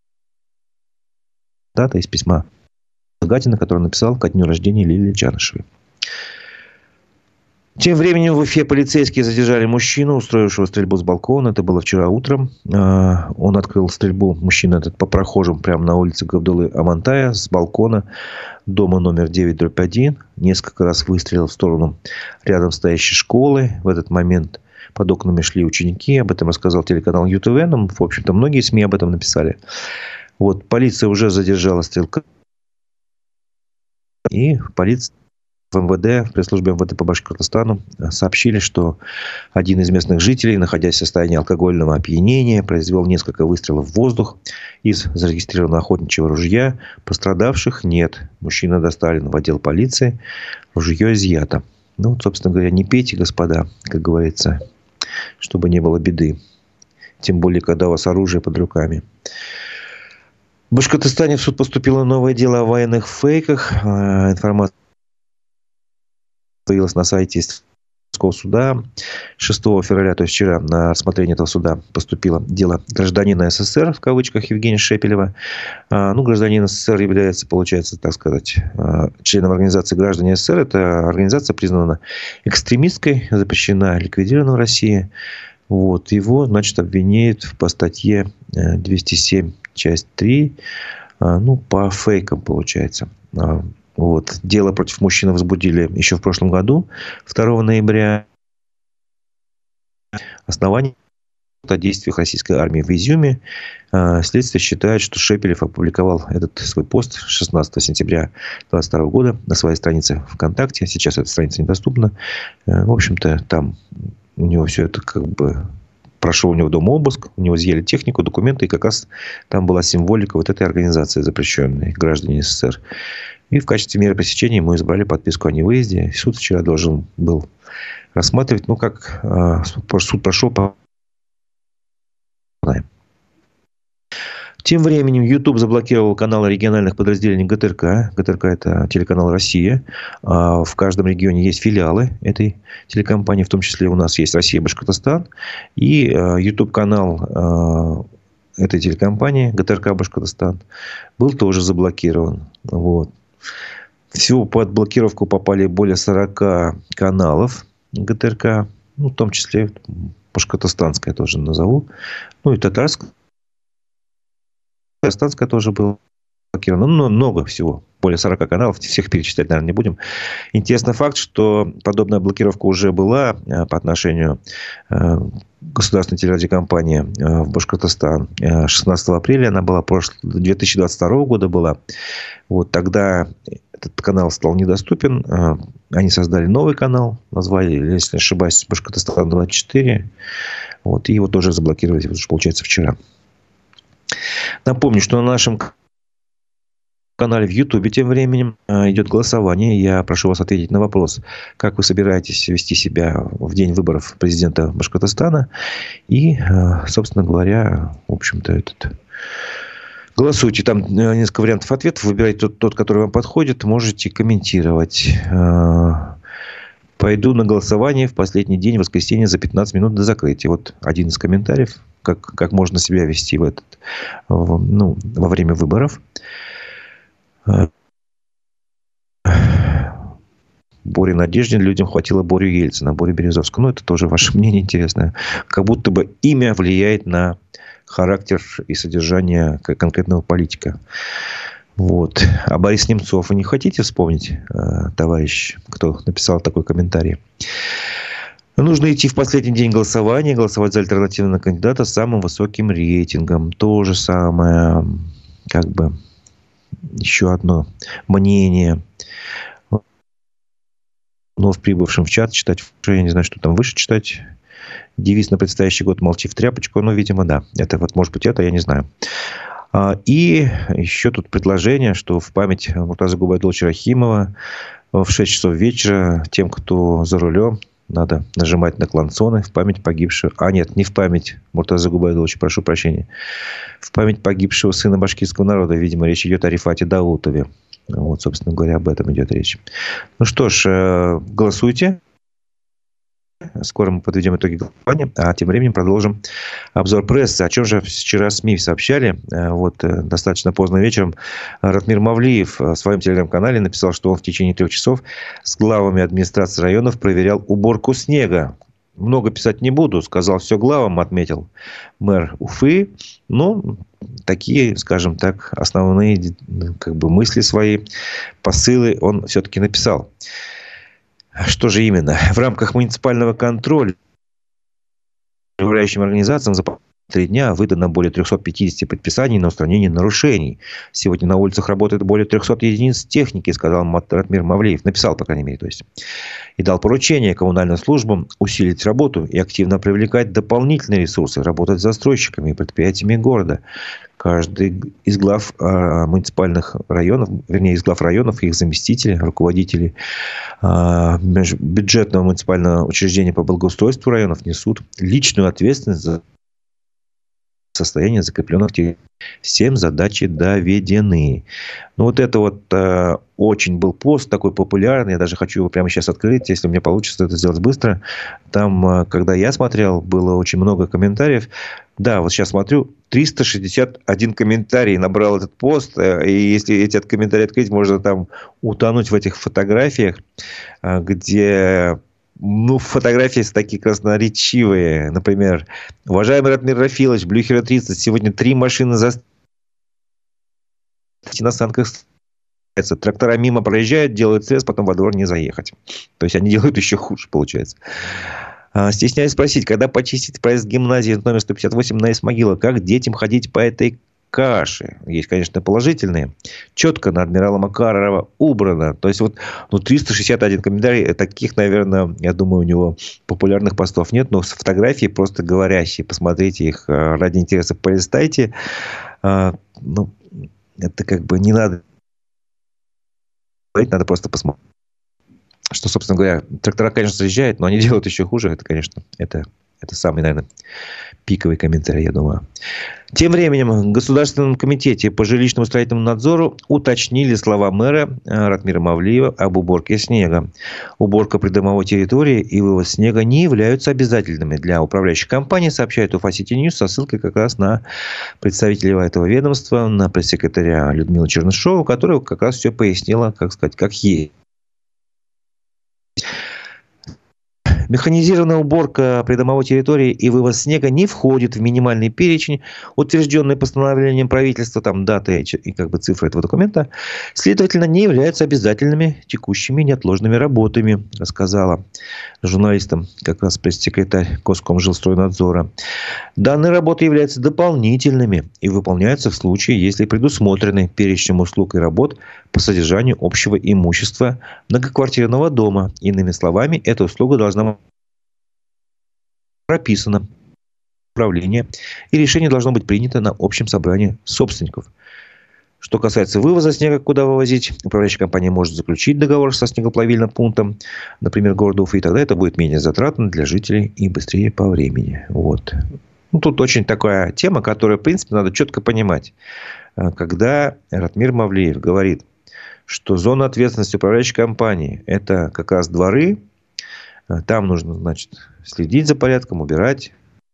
дата из письма Гатина, который написал ко дню рождения Лилии Чанышевой. Тем временем в Уфе полицейские задержали мужчину, устроившего стрельбу с балкона. Это было вчера утром. Он открыл стрельбу, мужчина этот, по прохожим прямо на улице Габдуллы Амантая с балкона дома номер 9/1. Несколько раз выстрелил в сторону рядом стоящей школы. В этот момент под окнами шли ученики. Об этом рассказал телеканал ЮТВ. В общем-то, многие СМИ об этом написали. Полиция уже задержала стрелка. И полиция в МВД, в пресс-службе МВД по Башкортостану сообщили, что один из местных жителей, находясь в состоянии алкогольного опьянения, произвел несколько выстрелов в воздух из зарегистрированного охотничьего ружья. Пострадавших нет. Мужчина доставлен в отдел полиции. Ружье изъято. Ну, вот, собственно говоря, не пейте, господа, как говорится, чтобы не было беды. Тем более, когда у вас оружие под руками. В Башкортостане в суд поступило новое дело о военных фейках. Информация появилась на сайте Истринского суда. 6 февраля, то есть вчера, на рассмотрение этого суда поступило дело гражданина СССР, в кавычках, Евгения Шепелева. Гражданин СССР является, получается, так сказать, членом организации «Граждане СССР». Эта организация признана экстремистской, запрещена, ликвидирована в России. Вот. Его, значит, обвиняют по статье 207, часть 3, по фейкам, получается. Вот. Дело против мужчины возбудили еще в прошлом году, 2 ноября. Основание о действиях российской армии в Изюме. Следствие считает, что Шепелев опубликовал этот свой пост 16 сентября 2022 года на своей странице ВКонтакте. Сейчас эта страница недоступна. В общем-то, там у него все это как бы... Прошел у него дома обыск, у него изъяли технику, документы, и как раз там была символика вот этой организации запрещенной, граждане СССР. И в качестве меры пресечения ему избрали подписку о невыезде. Суд вчера должен был рассматривать, как суд прошел по... Тем временем YouTube заблокировал каналы региональных подразделений ГТРК. ГТРК – это телеканал «Россия». В каждом регионе есть филиалы этой телекомпании. В том числе у нас есть «Россия-Башкортостан». И YouTube-канал этой телекомпании ГТРК «Башкортостан» был тоже заблокирован. Вот. Всего под блокировку попали более 40 каналов ГТРК. В том числе башкортостанская тоже назову. И татарская. Казахстанская тоже была блокирована. Много всего. Более 40 каналов. Всех перечислять, наверное, не будем. Интересный факт, что подобная блокировка уже была по отношению государственной телерадиокомпании в Башкортостан. 16 апреля она была, 2022 года была. Вот тогда этот канал стал недоступен. Они создали новый канал. Назвали, если не ошибаюсь, Башкортостан-24. Вот, и его тоже заблокировали, получается, вчера. Напомню, что на нашем канале в Ютубе тем временем идет голосование. Я прошу вас ответить на вопрос, как вы собираетесь вести себя в день выборов президента Башкортостана. И, собственно говоря, в общем-то, голосуйте. Там несколько вариантов ответов. Выбирайте тот, который вам подходит. Можете комментировать. Пойду на голосование в последний день, воскресенье, за 15 минут до закрытия. Вот один из комментариев, как можно себя вести во время выборов. Боре Надеждин людям хватило Борю Ельцина, Борю Березовского. Это тоже ваше мнение интересное. Как будто бы имя влияет на характер и содержание конкретного политика. Вот. А Борис Немцов, вы не хотите вспомнить, товарищ, кто написал такой комментарий? Нужно идти в последний день голосования, голосовать за альтернативного кандидата с самым высоким рейтингом. То же самое, еще одно мнение. Вновь прибывшим в чат читать, я не знаю, что там выше читать. Девиз на предстоящий год «Молчи в тряпочку». Видимо, да. Это может быть это, я не знаю. И еще тут предложение, что в память Муртазы Губайдуловича Рахимова в 6 часов вечера тем, кто за рулем, надо нажимать на клаксоны в память погибшего... нет, не в память Муртазы Губайдуловича, прошу прощения. В память погибшего сына башкирского народа. Видимо, речь идет о Рифате Даутове. Вот, собственно говоря, об этом идет речь. Что ж, голосуйте. Скоро мы подведем итоги голосования, а тем временем продолжим обзор прессы. О чем же вчера СМИ сообщали? Достаточно поздно вечером Ратмир Мавлиев в своем телеграм-канале написал, что он в течение 3 часов с главами администрации районов проверял уборку снега. Много писать не буду, сказал все главам, отметил мэр Уфы. Такие, скажем так, основные мысли свои, посылы он все-таки написал. Что же именно? В рамках муниципального контроля управляющим организациям за 3 дня выдано более 350 предписаний на устранение нарушений. Сегодня на улицах работает более 300 единиц техники, сказал Ратмир Мавлиев. Написал, по крайней мере. То есть. И дал поручение коммунальным службам усилить работу и активно привлекать дополнительные ресурсы, работать с застройщиками и предприятиями города. Каждый из глав муниципальных районов, вернее, из глав районов, их заместители, руководители бюджетного муниципального учреждения по благоустройству районов несут личную ответственность за состояние закрепленных территорий. Всем задачи доведены. Ну, вот это вот очень был пост такой популярный. Я даже хочу его прямо сейчас открыть, если у меня получится это сделать быстро. Там, когда я смотрел, было очень много комментариев. Да, вот сейчас смотрю, 361 комментарий набрал этот пост. И если эти комментарии открыть, можно там утонуть в этих фотографиях, где... Ну, фотографии такие красноречивые. Например, уважаемый Ратмир Рафилович, Блюхера 30, сегодня 3 машины застряли на станках. Трактора мимо проезжают, делают срез, потом во двор не заехать. То есть, они делают еще хуже, получается. Стесняюсь спросить, когда почистить проезд гимназии номер 158 на Исмагила, как детям ходить по этой каши? Есть, конечно, положительные. Четко на адмирала Макарова убрано. То есть, вот 361 комментарий. Таких, наверное, я думаю, у него популярных постов нет. Но фотографии просто говорящие. Посмотрите их. Ради интереса полистайте. Ну, это как бы не надо. Надо просто посмотреть. Что, собственно говоря, трактора, конечно, заезжают, но они делают еще хуже. Это, конечно, это самый, наверное, пиковый комментарий, я думаю. Тем временем в Государственном комитете по жилищному строительному надзору уточнили слова мэра Ратмира Мавлиева об уборке снега. Уборка придомовой территории и вывоз снега не являются обязательными для управляющих компаний, сообщает Уфа-Сити Ньюс со ссылкой как раз на представителя этого ведомства, на пресс-секретаря Людмилу Чернышову, которая как раз все пояснила, как сказать, как есть. Механизированная уборка придомовой территории и вывоз снега не входит в минимальный перечень, утвержденный постановлением правительства, там даты и как бы цифры этого документа, следовательно, не являются обязательными текущими неотложными работами, рассказала журналистам как раз пресс-секретарь Госкомжилстройнадзора. Данные работы являются дополнительными и выполняются в случае, если предусмотрены перечнем услуг и работ по содержанию общего имущества многоквартирного дома. Иными словами, эта услуга должна быть прописано управление, и решение должно быть принято на общем собрании собственников. Что касается вывоза снега, куда вывозить, управляющая компания может заключить договор со снегоплавильным пунктом, например, города Уфы, и тогда это будет менее затратно для жителей и быстрее по времени. Вот. Ну, тут очень такая тема, которую, в принципе, надо четко понимать. Когда Ратмир Мавлиев говорит, что зона ответственности управляющей компании – это как раз дворы, там нужно, значит, следить за порядком, убирать.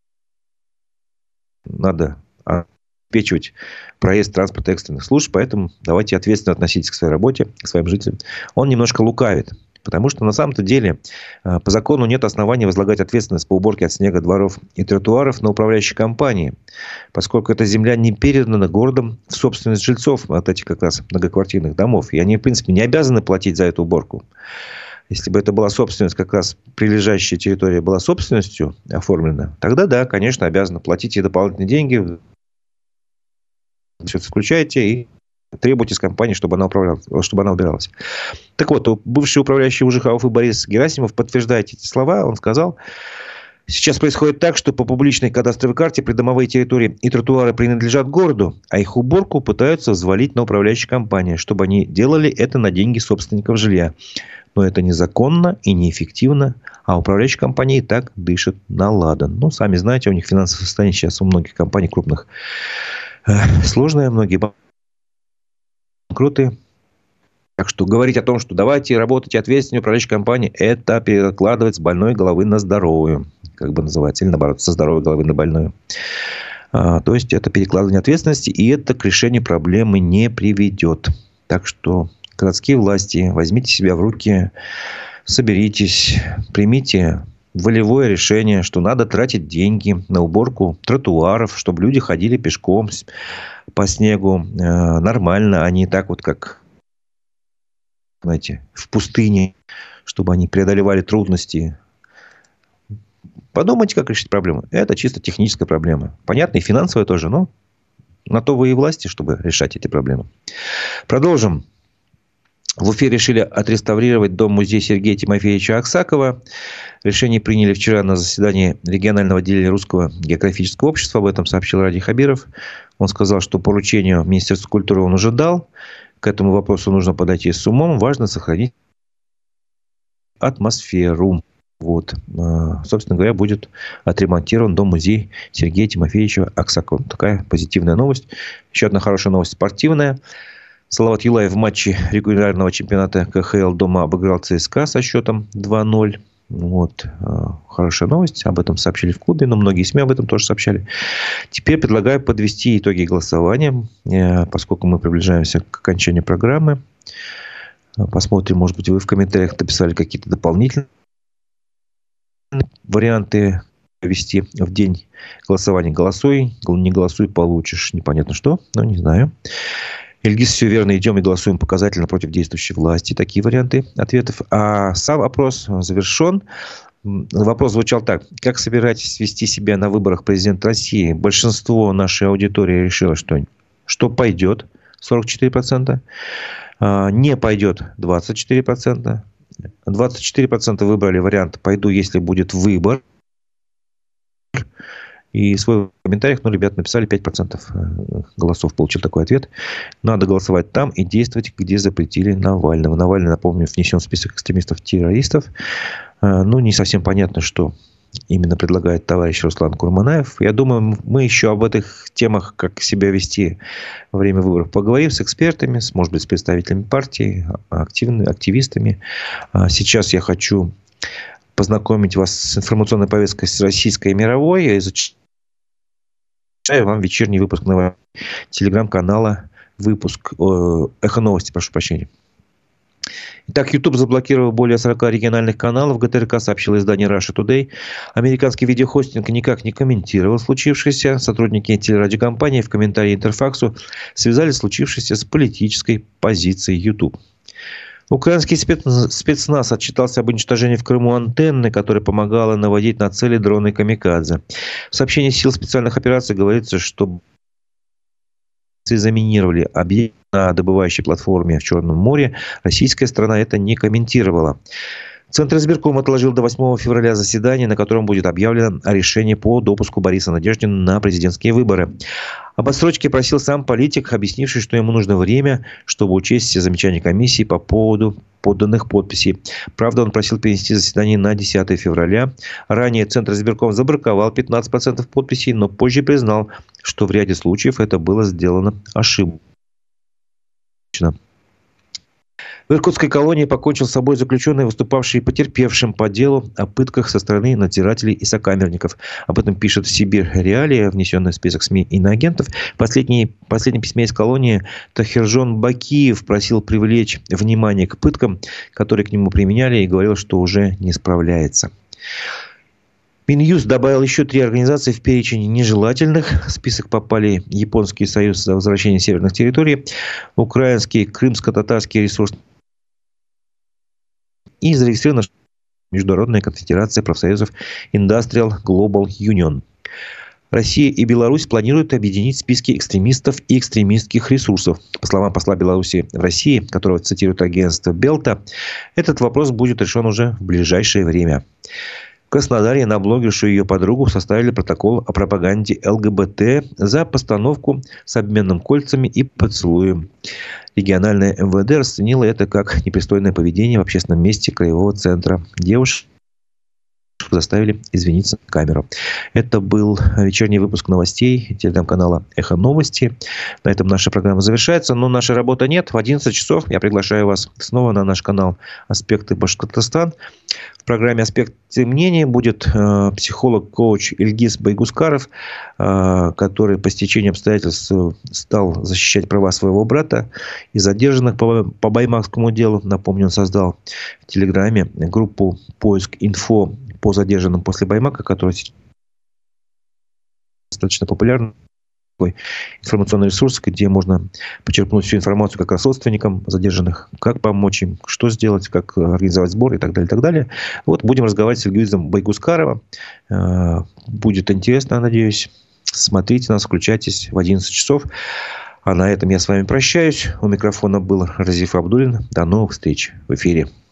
Надо обеспечивать проезд транспорта экстренных служб. Поэтому давайте ответственно относитесь к своей работе, к своим жителям. Он немножко лукавит. Потому что на самом-то деле по закону нет оснований возлагать ответственность по уборке от снега дворов и тротуаров на управляющие компании. Поскольку эта земля не передана городом в собственность жильцов от этих как раз многоквартирных домов. И они, в принципе, не обязаны платить за эту уборку. Если бы это была собственность, как раз прилежащая территория была собственностью оформлена, тогда да, конечно, обязаны платить и дополнительные деньги. Все это включаете и требуйте с компании, чтобы она убиралась. Так вот, бывший управляющий УЖХ Уфы Борис Герасимов подтверждает эти слова. Он сказал: сейчас происходит так, что по публичной кадастровой карте придомовые территории и тротуары принадлежат городу, а их уборку пытаются взвалить на управляющие компании, чтобы они делали это на деньги собственников жилья. Но это незаконно и неэффективно, а управляющие компании и так дышат на ладан. Ну, сами знаете, у них финансовое состояние сейчас у многих компаний крупных сложное, многие банкроты. Так что говорить о том, что давайте работать ответственнее управляющей компании, это перекладывать с больной головы на здоровую, как бы называется, или наоборот, со здоровой головы на больную. То есть, это перекладывание ответственности, и это к решению проблемы не приведет. Так что городские власти, возьмите себя в руки, соберитесь, примите волевое решение, что надо тратить деньги на уборку тротуаров, чтобы люди ходили пешком по снегу нормально, а не так вот, как, знаете, в пустыне, чтобы они преодолевали трудности. Подумайте, как решить проблему. Это чисто техническая проблема. Понятно, и финансовая тоже, но на то вы и власти, чтобы решать эти проблемы. Продолжим. В Уфе решили отреставрировать дом-музей Сергея Тимофеевича Аксакова. Решение приняли вчера на заседании регионального отделения Русского географического общества. Об этом сообщил Ради Хабиров. Он сказал, что поручение Министерства культуры он уже дал. К этому вопросу нужно подойти с умом. Важно сохранить атмосферу. Вот. Собственно говоря, будет отремонтирован дом-музей Сергея Тимофеевича Аксакова. Такая позитивная новость. Еще одна хорошая новость спортивная. Салават Юлаев в матче регулярного чемпионата КХЛ дома обыграл ЦСКА со счетом 2-0. Вот. Хорошая новость. Об этом сообщили в клубе, но многие СМИ об этом тоже сообщали. Теперь предлагаю подвести итоги голосования, поскольку мы приближаемся к окончанию программы. Посмотрим, может быть, вы в комментариях написали какие-то дополнительные варианты ввести в день голосования. Голосуй, не голосуй, получишь. Непонятно что, но не знаю. Ильгиз, все верно, идем и голосуем показательно против действующей власти. Такие варианты ответов. А сам опрос завершен. Вопрос звучал так. Как собираетесь вести себя на выборах президента России? Большинство нашей аудитории решило, что пойдет 44%. Не пойдет 24%. 24% выбрали вариант «пойду, если будет выбор». И свой в комментариях, ребята написали 5% голосов, получил такой ответ. Надо голосовать там и действовать, где запретили Навального. Навальный, напомню, внесен в список экстремистов-террористов. Не совсем понятно, что именно предлагает товарищ Руслан Курманаев. Я думаю, мы еще об этих темах, как себя вести во время выборов, поговорим с экспертами, может быть, с представителями партии, активистами. Сейчас я хочу познакомить вас с информационной повесткой российской и мировой. Я изучаю вам вечерний выпуск телеграм-канала выпуск «Эхо новости», прошу прощения. Итак, YouTube заблокировал более 40 региональных каналов. ГТРК сообщило издание Russia Today. Американский видеохостинг никак не комментировал случившееся. Сотрудники телерадиокомпании в комментарии Интерфаксу связали случившееся с политической позицией YouTube. Украинский спецназ отчитался об уничтожении в Крыму антенны, которая помогала наводить на цели дроны «Камикадзе». В сообщении сил специальных операций говорится, что заминировали объект на добывающей платформе в Черном море. Российская сторона это не комментировала. Центр избирком отложил до 8 февраля заседание, на котором будет объявлено о решении по допуску Бориса Надеждина на президентские выборы. Об отсрочке просил сам политик, объяснивший, что ему нужно время, чтобы учесть все замечания комиссии по поводу подданных подписей. Правда, он просил перенести заседание на 10 февраля. Ранее Центр избирком забраковал 15% подписей, но позже признал, что в ряде случаев это было сделано ошибочно. В Иркутской колонии покончил с собой заключенный, выступавший потерпевшим по делу о пытках со стороны надзирателей и сокамерников. Об этом пишет Сибирь Реалия, внесенная в список СМИ иноагентов. В последнем письме из колонии Тахиржон Бакиев просил привлечь внимание к пыткам, которые к нему применяли, и говорил, что уже не справляется. Минюст добавил еще 3 организации в перечень нежелательных. В список попали Японский союз за возвращение северных территорий, Украинский крымско-татарский ресурсный и зарегистрирована Международная конфедерация профсоюзов Industrial Global Union. Россия и Беларусь планируют объединить списки экстремистов и экстремистских ресурсов. По словам посла Беларуси в России, которого цитирует агентство Белта, этот вопрос будет решен уже в ближайшее время. В Краснодаре на блогершу и ее подругу составили протокол о пропаганде ЛГБТ за постановку с обменным кольцами и поцелуем. Региональное МВД расценило это как непристойное поведение в общественном месте краевого центра. Девушек заставили извиниться на камеру. Это был вечерний выпуск новостей телеграм-канала «Эхо новости». На этом наша программа завершается, но нашей работы нет. В 11 часов я приглашаю вас снова на наш канал «Аспекты Башкортостан». В программе «Аспекты мнений» будет психолог-коуч Ильгиз Байгускаров, который по стечению обстоятельств стал защищать права своего брата и задержанных по баймакскому делу. Напомню, он создал в Телеграме группу «Поиск инфо» по задержанным после Баймака, которая достаточно популярна. информационный ресурс, где можно почерпнуть всю информацию как раз родственникам задержанных, как помочь им, что сделать, как организовать сбор и так далее, и так далее. Вот будем разговаривать с Ильгизом Байгускаровым. Будет интересно, надеюсь. Смотрите нас, включайтесь в 11 часов. А на этом я с вами прощаюсь. У микрофона был Разиф Абдуллин. До новых встреч в эфире.